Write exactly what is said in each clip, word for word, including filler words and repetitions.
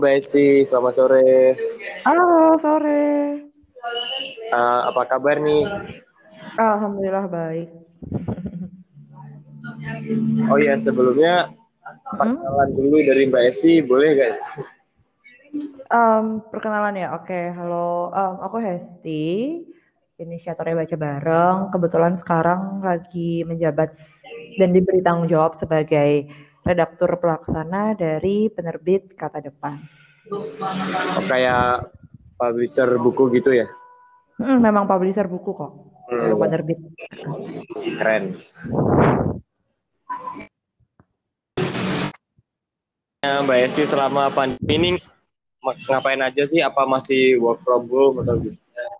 Mbak Esti, selamat sore. Halo, sore. Uh, apa kabar nih? Alhamdulillah baik. Oh iya, sebelumnya perkenalan Mm-mm. dulu dari Mbak Esti, boleh nggak? Em, perkenalan ya, oke. Halo, em, aku Hesti, inisiatornya Baca Bareng. Kebetulan sekarang lagi menjabat dan diberi tanggung jawab sebagai redaktur pelaksana dari penerbit Kata Depan. Oh, kayak publisher buku gitu ya? Mm, memang publisher buku kok, Hmm, memang penerbit. keren. Ya, Mbak Esti selama pandemi ini ngapain aja sih? Apa masih work from home atau gitu?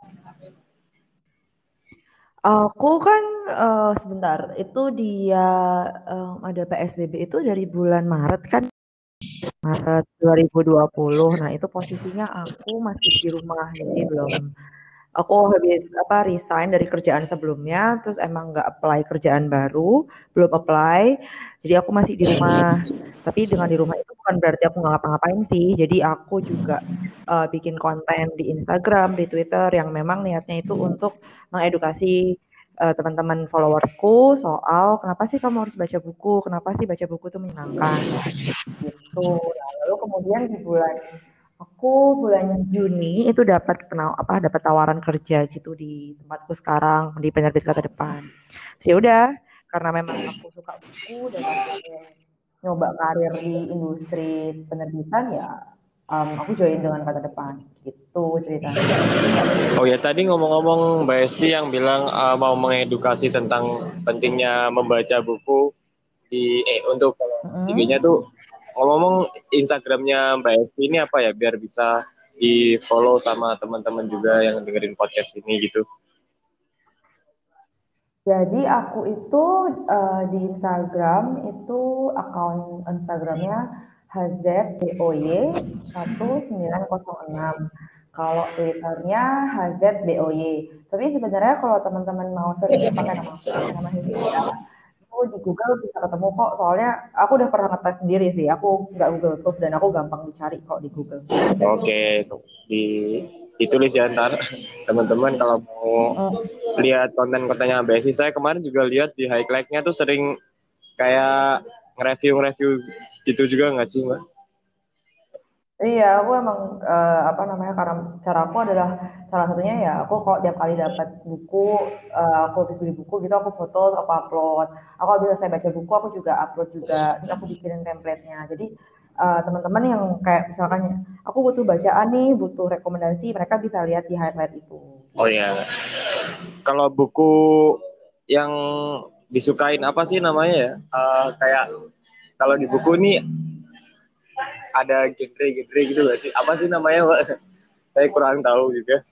Aku kan eh, sebentar, itu dia em, ada P S B B itu dari bulan Maret kan. Maret dua ribu dua puluh. Nah, itu posisinya aku masih di rumah, jadi belum aku habis apa resign dari kerjaan sebelumnya, terus emang nggak apply kerjaan baru, belum apply. Jadi aku masih di rumah. Tapi dengan di rumah itu bukan berarti aku nggak ngapa-ngapain sih. Jadi aku juga eh, bikin konten di Instagram, di Twitter yang memang niatnya itu untuk mengedukasi eh, teman-teman followersku soal kenapa sih kamu harus baca buku, kenapa sih baca buku itu menyenangkan gitu. Nah, lalu kemudian di bulan aku bulan Juni itu dapat kenal apa dapat tawaran kerja gitu di tempatku sekarang di penerbit Kata Depan. Terus ya udah karena memang aku suka buku dan aku ingin nyoba karir di industri penerbitan ya um, aku join dengan Kata Depan gitu ceritanya. Oh ya, tadi ngomong-ngomong Mbak Esti yang bilang uh, mau mengedukasi tentang pentingnya membaca buku di eh untuk I G-nya Mm-mm. tuh, ngomong-ngomong Instagramnya Mbak Esti ini apa ya biar bisa di follow sama teman-teman juga yang dengerin podcast ini gitu. Jadi aku itu eh, di Instagram itu akun Instagramnya hzboy enam. Kalau Twitternya hzboy. Tapi sebenarnya kalau teman-teman mau searching pakai nama aku, pakai nama Hestia, itu di Google bisa ketemu kok. Soalnya aku udah pernah ngetes sendiri sih. Aku nggak Google Proof dan aku gampang dicari kok di Google. Oke, di ditulis ya ntar teman-teman kalau mau Mm-mm. lihat konten-kontennya Mbak Esti. Saya kemarin juga lihat di highlight-nya tuh sering kayak nge-review-review gitu juga nggak sih Mbak? Iya, aku emang eh, apa namanya karena cara aku adalah salah satunya ya aku kok tiap kali dapat buku, eh, aku habis beli buku gitu aku foto, aku upload. Aku habis selesai baca buku aku juga upload juga, terus aku bikinin template-nya. Jadi eh, teman-teman yang kayak misalkan aku butuh bacaan nih, butuh rekomendasi, mereka bisa lihat di highlight itu. Oh Gitu. ya, kalau buku yang disukain apa sih namanya ya? Uh, kayak kalau di buku ini ada genre-genre gitu nggak sih? Apa sih namanya Mbak? Saya kurang tahu juga.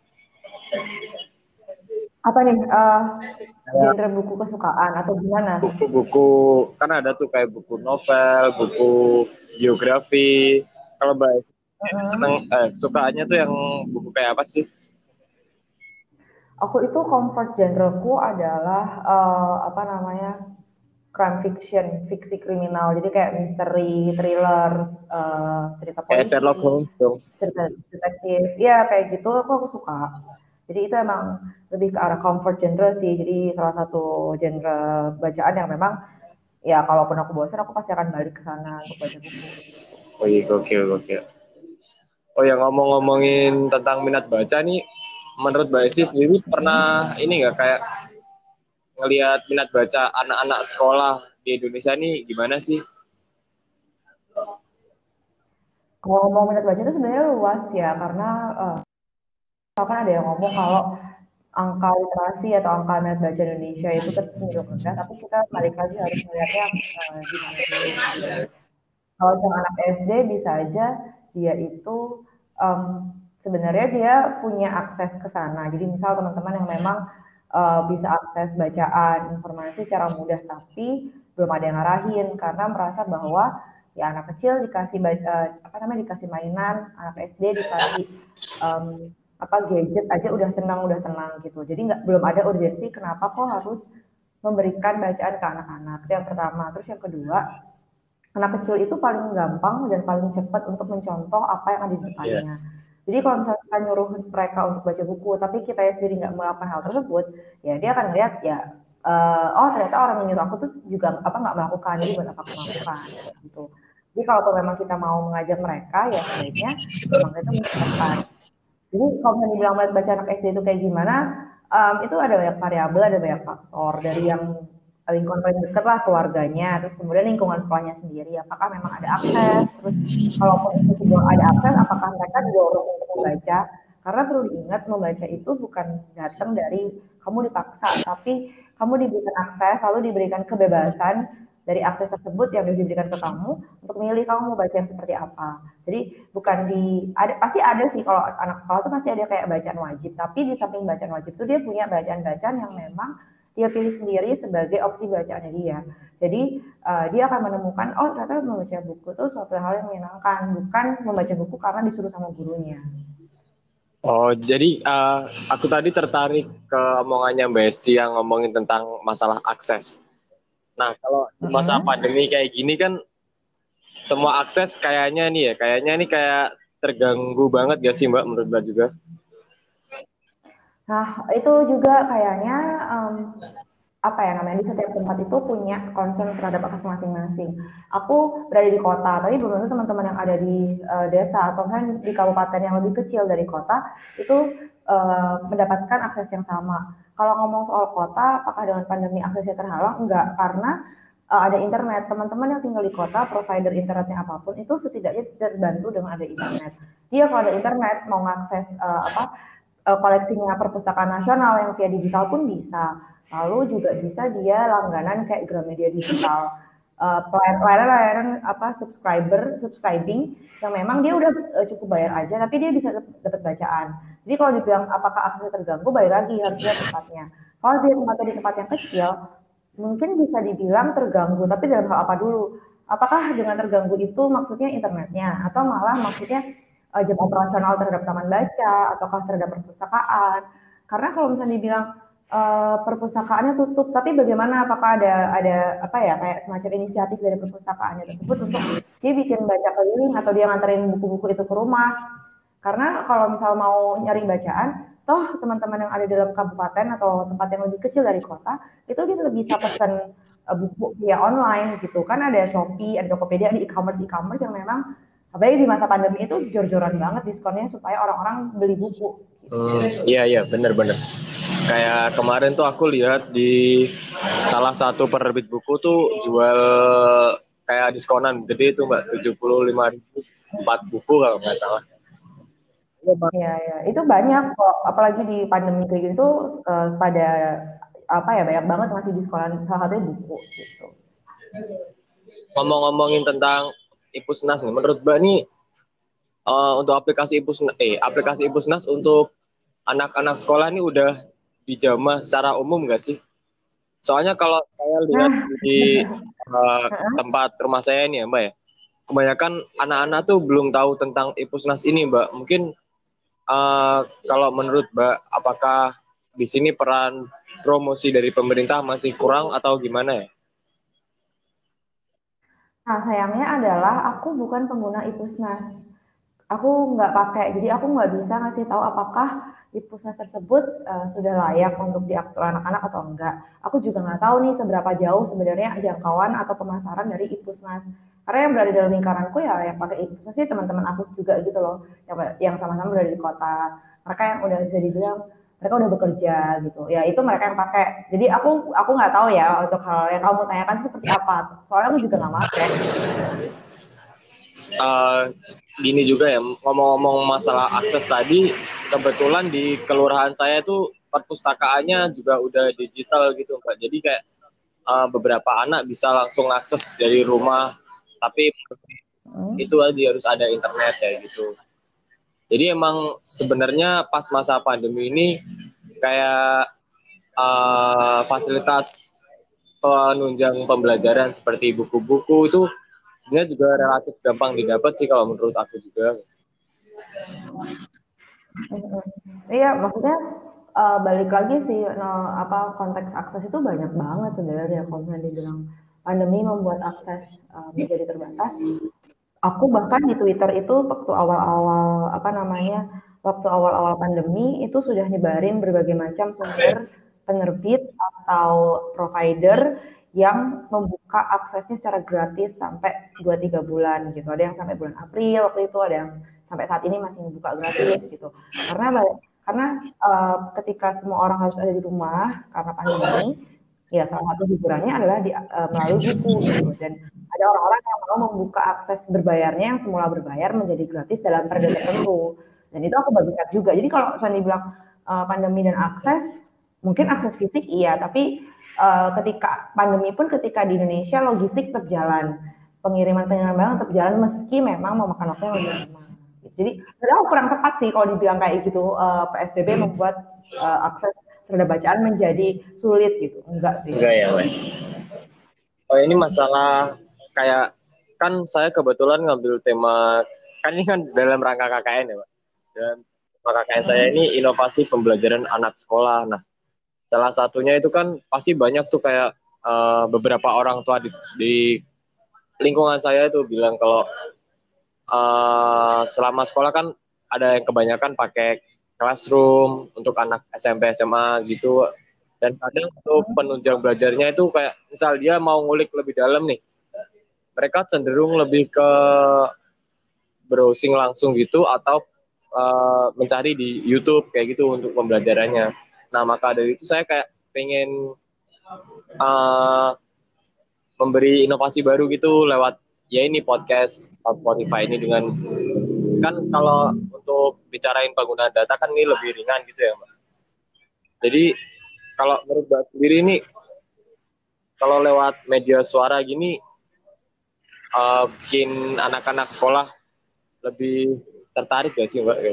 Apa nih eh, Kayak genre buku kesukaan atau gimana? buku-buku kan ada tuh kayak buku novel, buku biografi. Kalau Mbak seneng Mm-mm. eh, sukaannya tuh yang buku kayak apa sih? Aku itu comfort genreku adalah eh, apa namanya crime fiction, fiksi kriminal. Jadi kayak misteri, thriller, uh, cerita Kayak Sherlock polisi, Holmes dong. cerita detektif. Ya kayak gitu aku aku suka. Jadi itu emang lebih ke arah comfort genre sih. Jadi salah satu genre bacaan yang memang ya kalaupun aku bosan aku pasti akan balik ke sana untuk baca buku gitu. Oh iya, gokil, gokil. Oh ya, ngomong-ngomongin tentang minat baca nih, menurut Mbak Esti sendiri pernah ini nggak kayak ngelihat minat baca anak-anak sekolah di Indonesia nih gimana sih? Kalau mau minat baca itu sebenarnya luas ya karena uh, kan ada yang ngomong kalau angka literasi atau angka minat baca Indonesia itu cenderung rendah, tapi kita balik lagi harus melihatnya uh, di mana dulu gitu. Kalau yang anak S D bisa aja dia itu um, sebenarnya dia punya akses ke sana. Jadi misal teman-teman yang memang uh, bisa akses bacaan informasi secara mudah, tapi belum ada yang ngarahin karena merasa bahwa ya anak kecil dikasih baca, apa namanya dikasih mainan, anak S D dikasih um, apa gadget aja udah senang udah tenang gitu. Jadi nggak belum ada urgensi kenapa kok harus memberikan bacaan ke anak-anak. Itu yang pertama. Terus yang kedua anak kecil itu paling gampang dan paling cepat untuk mencontoh apa yang ada di Iya. depannya. Jadi kalau misalnya kita nyuruh mereka untuk baca buku, tapi kita sendiri nggak melakukan hal tersebut, ya dia akan lihat ya, uh, oh ternyata orang yang nyuruh aku tuh juga apa nggak melakukan, jadi buat apa aku melakukan, gitu. Jadi kalau memang kita mau mengajak mereka, ya sebaiknya memang kita mencontohkan. Jadi kalau misalnya dibilang baca anak S D itu kayak gimana, um, itu ada banyak variabel, ada banyak faktor dari yang lingkungan paling dekat lah keluarganya, terus kemudian lingkungan sekolahnya sendiri, apakah memang ada akses, terus kalaupun itu tidak ada akses, apakah mereka didorong untuk membaca, karena perlu diingat membaca itu bukan datang dari kamu dipaksa, tapi kamu diberikan akses, lalu diberikan kebebasan dari akses tersebut yang diberikan ke kamu untuk memilih kamu mau baca yang seperti apa. Jadi bukan di ada pasti ada sih kalau anak sekolah tuh pasti ada kayak bacaan wajib, tapi di samping bacaan wajib tuh dia punya bacaan-bacaan yang memang dia pilih sendiri sebagai opsi bacaannya dia. Jadi uh, dia akan menemukan oh ternyata membaca buku itu suatu hal yang menyenangkan, bukan membaca buku karena disuruh sama gurunya. Oh, jadi uh, aku tadi tertarik ke omongannya Mbak Esti yang ngomongin tentang masalah akses. Nah, kalau di masa Mm-hmm. pandemi kayak gini kan semua akses kayaknya nih ya, kayaknya nih kayak terganggu banget gak sih Mbak menurut Mbak juga? Nah itu juga kayaknya um, apa ya namanya di setiap tempat itu punya concern terhadap akses masing-masing. Aku berada di kota, tapi belum tentu teman-teman yang ada di uh, desa atau kan di kabupaten yang lebih kecil dari kota itu uh, mendapatkan akses yang sama. Kalau ngomong soal kota, apakah dengan pandemi aksesnya terhalang? Enggak, karena uh, ada internet. Teman-teman yang tinggal di kota, provider internetnya apapun itu setidaknya terbantu dengan ada internet. Dia kalau ada internet mau mengakses uh, apa uh, koleksinya perpustakaan nasional yang via digital pun bisa. Lalu juga bisa dia langganan kayak Gramedia Digital, uh, layanan-layanan apa subscriber, subscribing yang memang dia udah uh, cukup bayar aja, tapi dia bisa dapat bacaan. Jadi kalau dibilang apakah aksesnya terganggu, balik lagi harus lihat tempatnya. Kalau dia tempatnya di tempat yang kecil, mungkin bisa dibilang terganggu, tapi dalam hal apa dulu? Apakah dengan terganggu itu maksudnya internetnya, atau malah maksudnya uh, jam operasional terhadap taman baca, ataukah terhadap perpustakaan? Karena kalau misalnya dibilang uh, perpustakaannya tutup, tapi bagaimana? Apakah ada ada apa ya kayak semacam inisiatif dari perpustakaannya tersebut untuk dia bikin baca keliling atau dia nganterin buku-buku itu ke rumah? Karena kalau misal mau nyari bacaan, toh teman-teman yang ada di dalam kabupaten atau tempat yang lebih kecil dari kota, itu kita bisa pesan uh, buku via online gitu. Kan ada Shopee, ada Tokopedia, ada e-commerce e-commerce yang memang apalagi di masa pandemi itu jor-joran banget diskonnya supaya orang-orang beli buku. Hmm, iya iya bener-bener. Kayak kemarin tuh aku lihat di salah satu penerbit buku tuh jual kayak diskonan gede tuh Mbak, tujuh puluh lima ribu empat buku kalau nggak salah. Iya, ya. Itu banyak kok, apalagi di pandemi kayak gitu uh, pada apa ya banyak banget ngasih diskon salah satunya buku gitu. Ngomong-ngomongin tentang Ipusnas nih, menurut Mbak nih uh, untuk aplikasi Ipusnas, eh aplikasi Ipusnas untuk anak-anak sekolah ini udah dijamah secara umum nggak sih? Soalnya kalau saya lihat Nah, di uh, tempat rumah saya ini ya Mbak ya, kebanyakan anak-anak tuh belum tahu tentang Ipusnas ini Mbak. Mungkin uh, kalau menurut Mbak, apakah di sini peran promosi dari pemerintah masih kurang atau gimana ya? nah sayangnya adalah aku bukan pengguna Ipusnas. Aku nggak pakai, jadi aku nggak bisa ngasih tahu apakah di pusat tersebut uh, sudah layak untuk diakses oleh anak-anak atau enggak. Aku juga nggak tahu nih seberapa jauh sebenarnya jangkauan atau pemasaran dari Ipusnas. Karena yang berada dalam lingkaranku ya yang pakai Ipusnas sih teman-teman aku juga gitu loh, yang, yang sama-sama berada di kota. Mereka yang udah bisa dibilang mereka udah bekerja gitu. Ya itu mereka yang pakai. Jadi aku aku nggak tahu ya untuk hal yang kamu tanyakan seperti apa. Soalnya aku juga nggak pakai. Uh, gini juga ya, ngomong-ngomong masalah akses tadi, kebetulan di kelurahan saya tuh perpustakaannya juga udah digital gitu Mbak. Jadi kayak uh, beberapa anak bisa langsung akses dari rumah, tapi Hmm. itu aja harus ada internet ya gitu. Jadi emang sebenarnya pas masa pandemi ini kayak uh, fasilitas penunjang pembelajaran seperti buku-buku itu sebenarnya juga relatif gampang didapat sih kalau menurut aku juga. Iya, maksudnya uh, balik lagi sih, no, apa konteks akses itu banyak banget sebenarnya kalau misalnya dibilang pandemi membuat akses uh, menjadi terbatas. Aku bahkan di Twitter itu waktu awal-awal apa namanya waktu awal-awal pandemi itu sudah nyebarin berbagai macam sumber penerbit atau provider yang membuka aksesnya secara gratis sampai dua tiga bulan gitu. Ada yang sampai bulan April waktu itu, ada yang sampai saat ini masih membuka gratis gitu. Karena karena uh, ketika semua orang harus ada di rumah karena pandemi, ya salah satu hiburannya adalah di, uh, melalui buku gitu. Dan ada orang-orang yang mau membuka akses berbayarnya yang semula berbayar menjadi gratis dalam periode tertentu. Dan itu aku bagikan juga. Jadi kalau Sandi bilang uh, pandemi dan akses, mungkin akses fisik iya, tapi uh, ketika pandemi pun ketika di Indonesia logistik terjalan, pengiriman pengiriman barang tetap jalan meski memang memakan waktu yang lebih lama. Jadi, aku kurang tepat sih kalau dibilang kayak gitu uh, P S B B membuat uh, akses terhadap bacaan menjadi sulit gitu. Enggak sih. Enggak ya, Mbak. Oh, ini masalah kayak kan saya kebetulan ngambil tema kan ini kan dalam rangka K K N ya, Pak. Dan K K N saya ini inovasi pembelajaran anak sekolah. Nah, salah satunya itu kan pasti banyak tuh kayak uh, beberapa orang tua di, di lingkungan saya itu bilang kalau uh, selama sekolah kan ada yang kebanyakan pakai classroom untuk anak S M P S M A gitu, dan kadang untuk penunjang belajarnya itu kayak misal dia mau ngulik lebih dalam nih, mereka cenderung lebih ke browsing langsung gitu atau uh, mencari di YouTube kayak gitu untuk pembelajarannya. Nah, maka dari itu saya kayak pengen uh, memberi inovasi baru gitu lewat ya ini podcast Spotify ini, dengan kan kalau untuk bicarain penggunaan data kan ini lebih ringan gitu ya, Mbak. Jadi kalau menurut Mbak sendiri ini kalau lewat media suara gini uh, bikin anak-anak sekolah lebih tertarik gak sih, Mbak?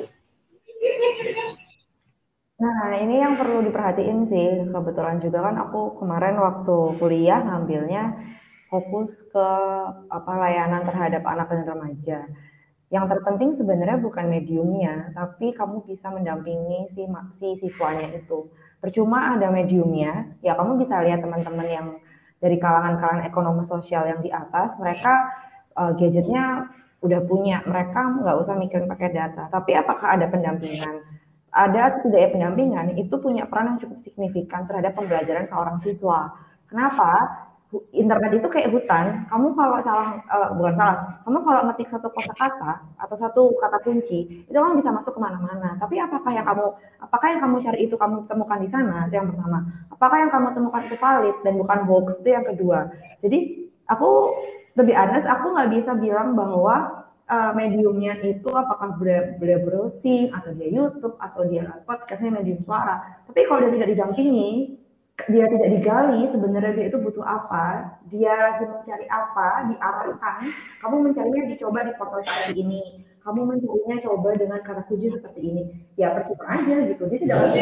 Nah, ini yang perlu diperhatiin sih. Kebetulan juga kan aku kemarin waktu kuliah ngambilnya fokus ke apa layanan terhadap anak dan remaja. Yang terpenting sebenarnya bukan mediumnya, tapi kamu bisa mendampingi si, si siswanya itu. Percuma ada mediumnya, ya kamu bisa lihat teman-teman yang dari kalangan-kalangan ekonomi sosial yang di atas, mereka uh, gadgetnya udah punya, mereka nggak usah mikirin pakai data. Tapi apakah ada pendampingan? Ada atau tidak ya pendampingan, itu punya peran yang cukup signifikan terhadap pembelajaran seorang siswa. Kenapa? Internet itu kayak hutan, kamu kalau salah, uh, bukan salah, kamu kalau ngetik satu kosakata atau satu kata kunci, itu kan bisa masuk kemana-mana. Tapi apakah yang kamu, apakah yang kamu cari itu kamu temukan di sana? Itu yang pertama. Apakah yang kamu temukan itu valid dan bukan hoax? Itu yang kedua. Jadi aku lebih honest, aku nggak bisa bilang bahwa uh, mediumnya itu apakah dia browsing atau dia YouTube atau dia podcastnya medium suara. Tapi kalau dia tidak didampingi, dia tidak digali sebenarnya dia itu butuh apa, dia lagi mencari apa, diarahkan, kamu mencarinya dicoba di portal seperti ini, kamu mencarinya coba dengan kata kunci seperti ini, ya percuma aja gitu, dia tidak akan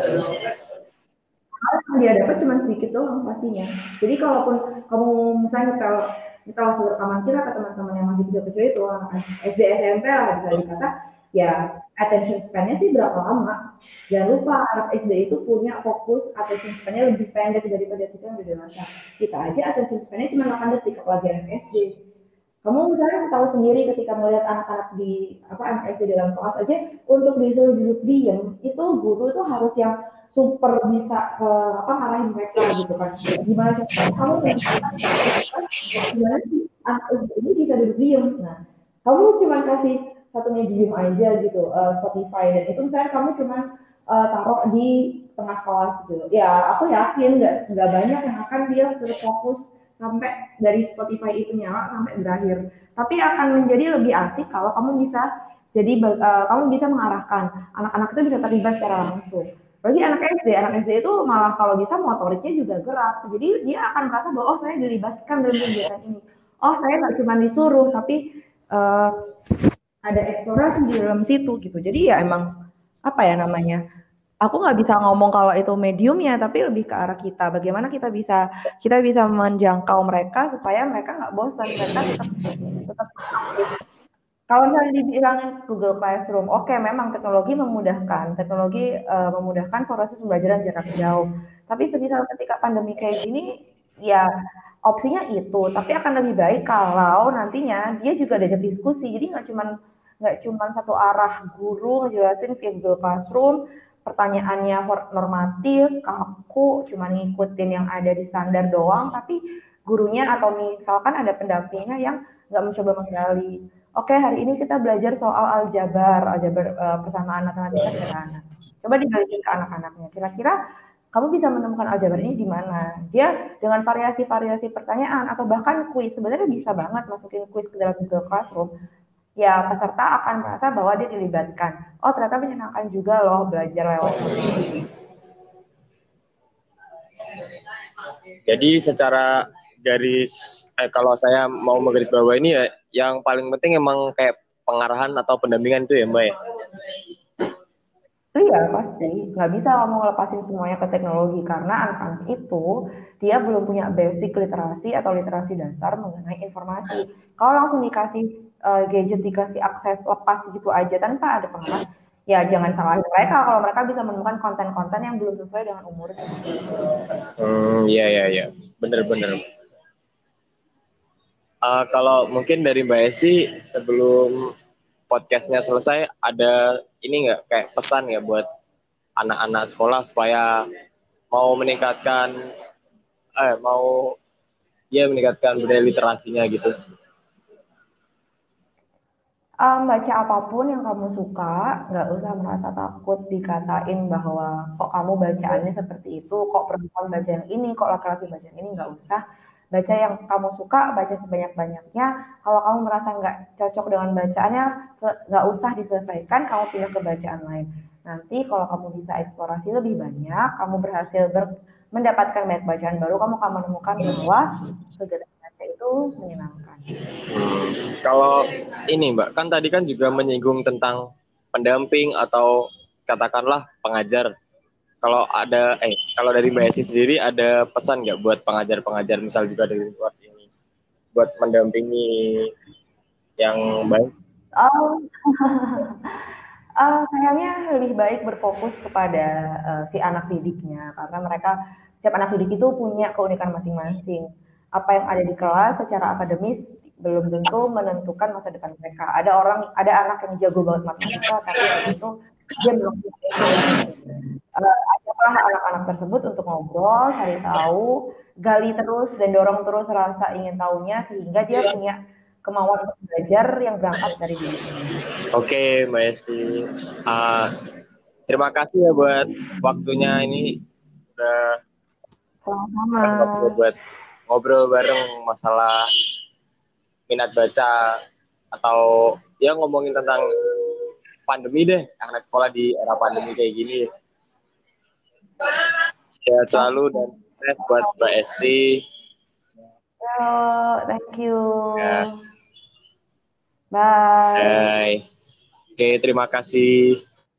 yang dia dapat cuma sedikit doang pastinya. Jadi kalaupun kamu misalnya nyetel nyetel lagu rekaman kita ke teman-teman yang masih kecil-kecil itu, S D S M P lah bisa dikata, ya attention span-nya sih berapa lama. Jangan lupa anak S D itu punya fokus attention span-nya lebih pendek daripada kita yang udah dewasa. Kita aja attention span-nya cuma delapan detik, apalagi anak S D. Kamu misalnya tahu sendiri ketika melihat anak-anak di apa anak S D dalam kelas aja, untuk disuruh duduk diam, itu guru itu harus yang super bisa uh, apa ngarahin mereka gitu kan. Gimana cara kamu gimana sih anak S D ini bisa duduk diam? Nah, kamu cuma kasih satu medium aja gitu, uh, Spotify, dan itu misalnya kamu cuma uh, taruh di tengah kelas gitu. Ya, aku yakin nggak nggak banyak yang akan dia terfokus sampai dari Spotify itu nyala sampai berakhir. Tapi akan menjadi lebih asik kalau kamu bisa jadi uh, kamu bisa mengarahkan anak-anak itu bisa terlibat secara langsung. Bagi anak S D, anak S D itu malah kalau bisa motoriknya juga gerak. Jadi dia akan merasa bahwa oh saya dilibatkan dalam kegiatan ini. Oh saya nggak cuma disuruh, tapi uh, ada eksplorasi di dalam situ gitu. Jadi ya emang apa ya namanya? Aku nggak bisa ngomong kalau itu mediumnya, tapi lebih ke arah kita. Bagaimana kita bisa kita bisa menjangkau mereka supaya mereka nggak bosan, mereka tetap tetap kalau misalnya dibilangin Google Classroom, oke okay, memang teknologi memudahkan, teknologi uh, memudahkan proses pembelajaran jarak jauh. Tapi semisal ketika pandemi kayak gini, ya opsinya itu, tapi akan lebih baik kalau nantinya dia juga diajak diskusi. Jadi nggak cuma nggak cuma satu arah guru ngejelasin via Google Classroom, pertanyaannya normatif, kaku, cuma ngikutin yang ada di standar doang, tapi gurunya atau misalkan ada pendampingnya yang nggak mencoba menggali. Oke, hari ini kita belajar soal aljabar, aljabar uh, persamaan matematika sederhana. Coba dibalikin ke anak-anaknya. Kira-kira kamu bisa menemukan aljabar ini di mana? Dia dengan variasi-variasi pertanyaan atau bahkan kuis, sebenarnya bisa banget masukin kuis ke dalam Google Classroom. Ya, peserta akan merasa bahwa dia dilibatkan. Oh, ternyata menyenangkan juga loh belajar lewat ini. Jadi secara garis, eh, kalau saya mau menggaris bawah ini ya, yang paling penting emang kayak pengarahan atau pendampingan itu ya Mbak ya? Iya pasti, nggak bisa kamu ngelepasin semuanya ke teknologi karena anak-anak itu dia belum punya basic literasi atau literasi dasar mengenai informasi. Kalau langsung dikasih uh, gadget, dikasih akses lepas gitu aja tanpa ada pengawas, ya jangan salahin mereka kalau mereka bisa menemukan konten-konten yang belum sesuai dengan umurnya. Hmm, iya iya iya, bener-bener. Uh, kalau mungkin dari Mbak Esi sebelum podcastnya selesai ada ini nggak kayak pesan ya buat anak-anak sekolah supaya mau meningkatkan eh mau ya meningkatkan budaya literasinya gitu. Um, baca apapun yang kamu suka, nggak usah merasa takut dikatain bahwa kok kamu bacaannya seperti itu, kok perempuan baca yang ini, kok laki-laki baca yang ini, nggak usah. Baca yang kamu suka, baca sebanyak-banyaknya. Kalau kamu merasa nggak cocok dengan bacaannya, nggak usah diselesaikan, kamu pindah ke bacaan lain. Nanti kalau kamu bisa eksplorasi lebih banyak, kamu berhasil ber mendapatkan banyak bacaan baru, kamu akan menemukan bahwa kegiatan baca itu menyenangkan. Kalau ini Mbak, kan tadi kan juga menyinggung tentang pendamping atau katakanlah pengajar. Kalau ada, eh kalau dari Mbak Esi sendiri ada pesan nggak buat pengajar-pengajar misal juga dari luar sini buat mendampingi yang baik? Oh, uh, kayaknya lebih baik berfokus kepada uh, si anak didiknya karena mereka setiap anak didik itu punya keunikan masing-masing. Apa yang ada di kelas secara akademis belum tentu menentukan masa depan mereka. Ada orang, ada anak yang jago banget matematika, tapi belum tentu dia belum punya uh, ajaklah anak-anak tersebut untuk ngobrol, cari tahu, gali terus dan dorong terus rasa ingin tahunya sehingga dia punya kemauan untuk belajar yang berangkat dari diri sendiri. Oke, Mbak Esti. Uh, terima kasih ya buat waktunya ini udah Sama-sama. waktu buat ngobrol bareng masalah minat baca atau ya ngomongin tentang pandemi deh, anak sekolah di era pandemi kayak gini. Ya selalu dan sukses buat Mbak Esti. Yo, thank you. Ya. Bye. Bye. Oke, terima kasih.